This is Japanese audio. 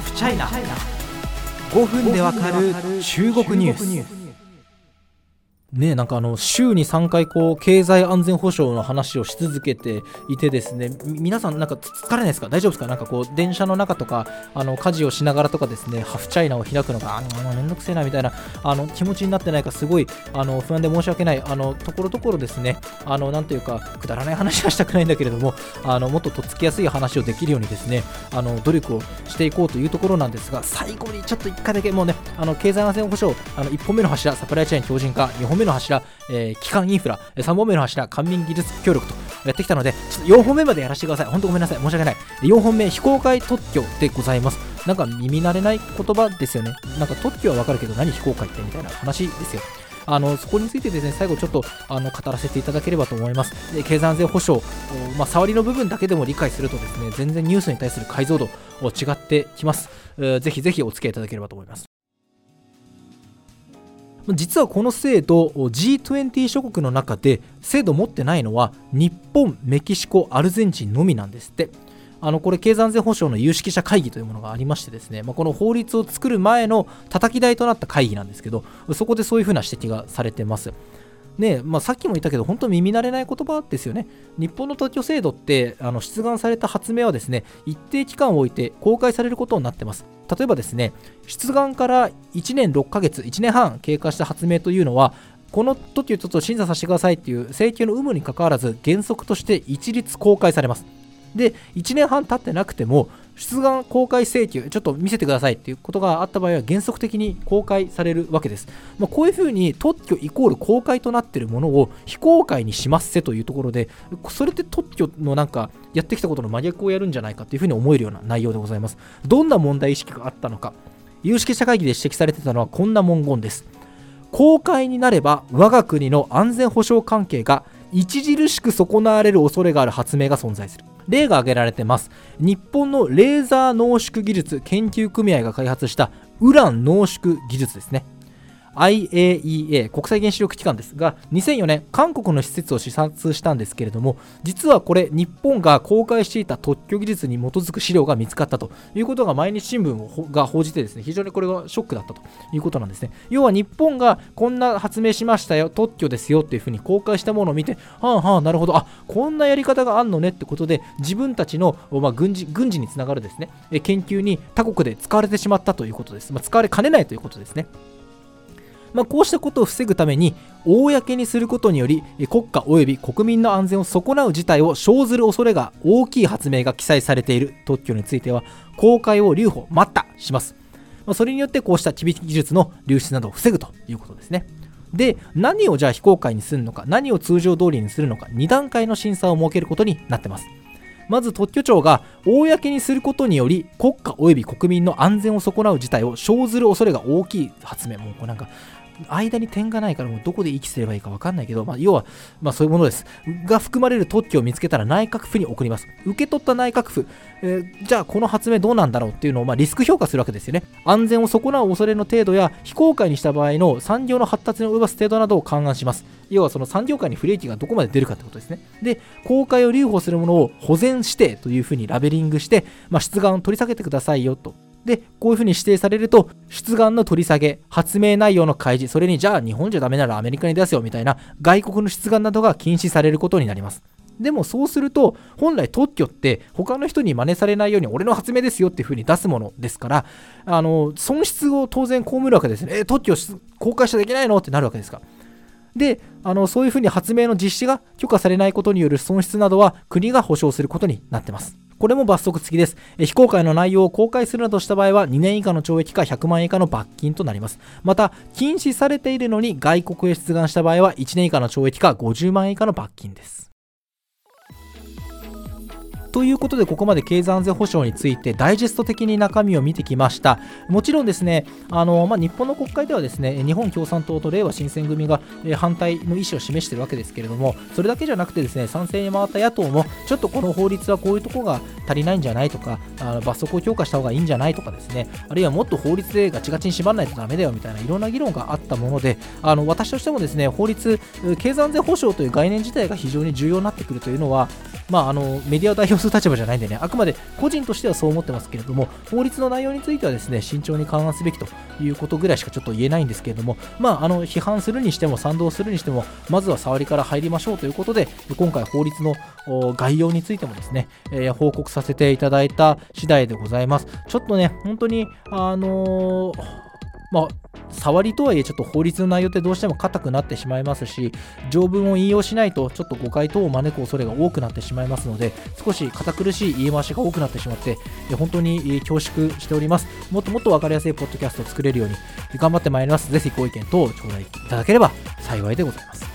フチャイナ、5分でわかる中国ニュースね。なんか週に3回経済安全保障の話をし続けていてですね、皆さんなんか疲れないですか？大丈夫ですか？なんか電車の中とか家事をしながらとかですね、ハフチャイナを開くのがめんどくせえなみたいな気持ちになってないか、すごい不安で申し訳ない。ところどころですね、なんというかくだらない話はしたくないんだけれども、もっととっつきやすい話をできるようにですね、努力をしていこうというところなんですが、最後にちょっと1回だけもうね、経済安全保障1本目の柱サプライチェーン強靭化、2本目の柱、基幹インフラ、3本目の柱官民技術協力とやってきたので、ちょっと4本目までやらせてください。本当ごめんなさい、申し訳ない。4本目、非公開特許でございます。なんか耳慣れない言葉ですよね。なんか特許はわかるけど何非公開ってみたいな話ですよ。そこについてですね、最後ちょっと語らせていただければと思います。で、経済安全保障、触りの部分だけでも理解するとですね、全然ニュースに対する解像度違ってきます。ぜひぜひお付き合いいただければと思います。実はこの制度 G20 諸国の中で制度を持ってないのは日本、メキシコ、アルゼンチンのみなんですって。これ経済安全保障の有識者会議というものがありましてですね、この法律を作る前の叩き台となった会議なんですけど、そこでそういうふうな指摘がされてますね。さっきも言ったけど本当に耳慣れない言葉ですよね。日本の特許制度って出願された発明はですね、一定期間を置いて公開されることになってます。例えばですね、出願から1年6ヶ月1年半経過した発明というのは、この特許ちょっと審査させてくださいっていう請求の有無にかかわらず原則として一律公開されます。で、1年半経ってなくても出願公開請求ちょっと見せてくださいっていうことがあった場合は原則的に公開されるわけです。こういうふうに特許イコール公開となっているものを非公開にしますせというところで、それって特許のなんかやってきたことの真逆をやるんじゃないかというふうに思えるような内容でございます。どんな問題意識があったのか、有識者会議で指摘されていたのはこんな文言です。公開になれば我が国の安全保障関係が著しく損なわれる恐れがある発明が存在する。例が挙げられてます。日本のレーザー濃縮技術研究組合が開発したウラン濃縮技術ですね。IAEA 国際原子力機関ですが、2004年韓国の施設を視察したんですけれども、実はこれ日本が公開していた特許技術に基づく資料が見つかったということが毎日新聞が報じてですね、非常にこれがショックだったということなんですね。要は日本がこんな発明しましたよ、特許ですよっていうふうに公開したものを見て、なるほど、こんなやり方があんのねってことで、自分たちの、軍事につながるですね研究に他国で使われてしまったということです。使われかねないということですね。こうしたことを防ぐために公にすることにより国家及び国民の安全を損なう事態を生ずる恐れが大きい発明が記載されている特許については公開を留保待ったします。それによってこうした機密技術の流出などを防ぐということですね。で、何をじゃあ非公開にするのか、何を通常通りにするのか、2段階の審査を設けることになってます。まず特許庁が公にすることにより国家及び国民の安全を損なう事態を生ずる恐れが大きい発明、もうこれなんか間に点がないからもうどこで息すればいいか分かんないけど、要はそういうものですが含まれる特許を見つけたら内閣府に送ります。受け取った内閣府、じゃあこの発明どうなんだろうっていうのをリスク評価するわけですよね。安全を損なう恐れの程度や非公開にした場合の産業の発達を及ぼす程度などを勘案します。要はその産業界に不利益がどこまで出るかってことですね。で、公開を留保するものを保全指定というふうにラベリングして、出願を取り下げてくださいよと。で、こういうふうに指定されると出願の取り下げ、発明内容の開示、それにじゃあ日本じゃダメならアメリカに出すよみたいな外国の出願などが禁止されることになります。でもそうすると本来特許って他の人に真似されないように俺の発明ですよっていうふうに出すものですから、損失を当然被るわけですね。特許公開しちゃいけないのってなるわけですか。で、そういうふうに発明の実施が許可されないことによる損失などは国が保証することになってます。これも罰則付きです。非公開の内容を公開するなどした場合は2年以下の懲役か100万円以下の罰金となります。また、禁止されているのに外国へ出願した場合は1年以下の懲役か50万円以下の罰金です。ということで、ここまで経済安全保障についてダイジェスト的に中身を見てきました。もちろんですね、日本の国会ではですね、日本共産党とれいわ新選組が反対の意思を示しているわけですけれども、それだけじゃなくてですね、賛成に回った野党もちょっとこの法律はこういうところが足りないんじゃないとか、罰則を強化した方がいいんじゃないとかですね、あるいはもっと法律でガチガチに縛らないとダメだよみたいないろんな議論があったもので、私としてもですね、法律、経済安全保障という概念自体が非常に重要になってくるというのはメディアを代表する立場じゃないんでね、あくまで個人としてはそう思ってますけれども、法律の内容についてはですね、慎重に勘案すべきということぐらいしかちょっと言えないんですけれども、批判するにしても賛同するにしても、まずは触りから入りましょうということで、今回法律の概要についてもですね、報告させていただいた次第でございます。ちょっとね、本当に触りとはいえちょっと法律の内容ってどうしても硬くなってしまいますし、条文を引用しないとちょっと誤解等を招く恐れが多くなってしまいますので、少し堅苦しい言い回しが多くなってしまって本当に恐縮しております。もっともっと分かりやすいポッドキャストを作れるように頑張ってまいります。ぜひご意見等を頂戴いただければ幸いでございます。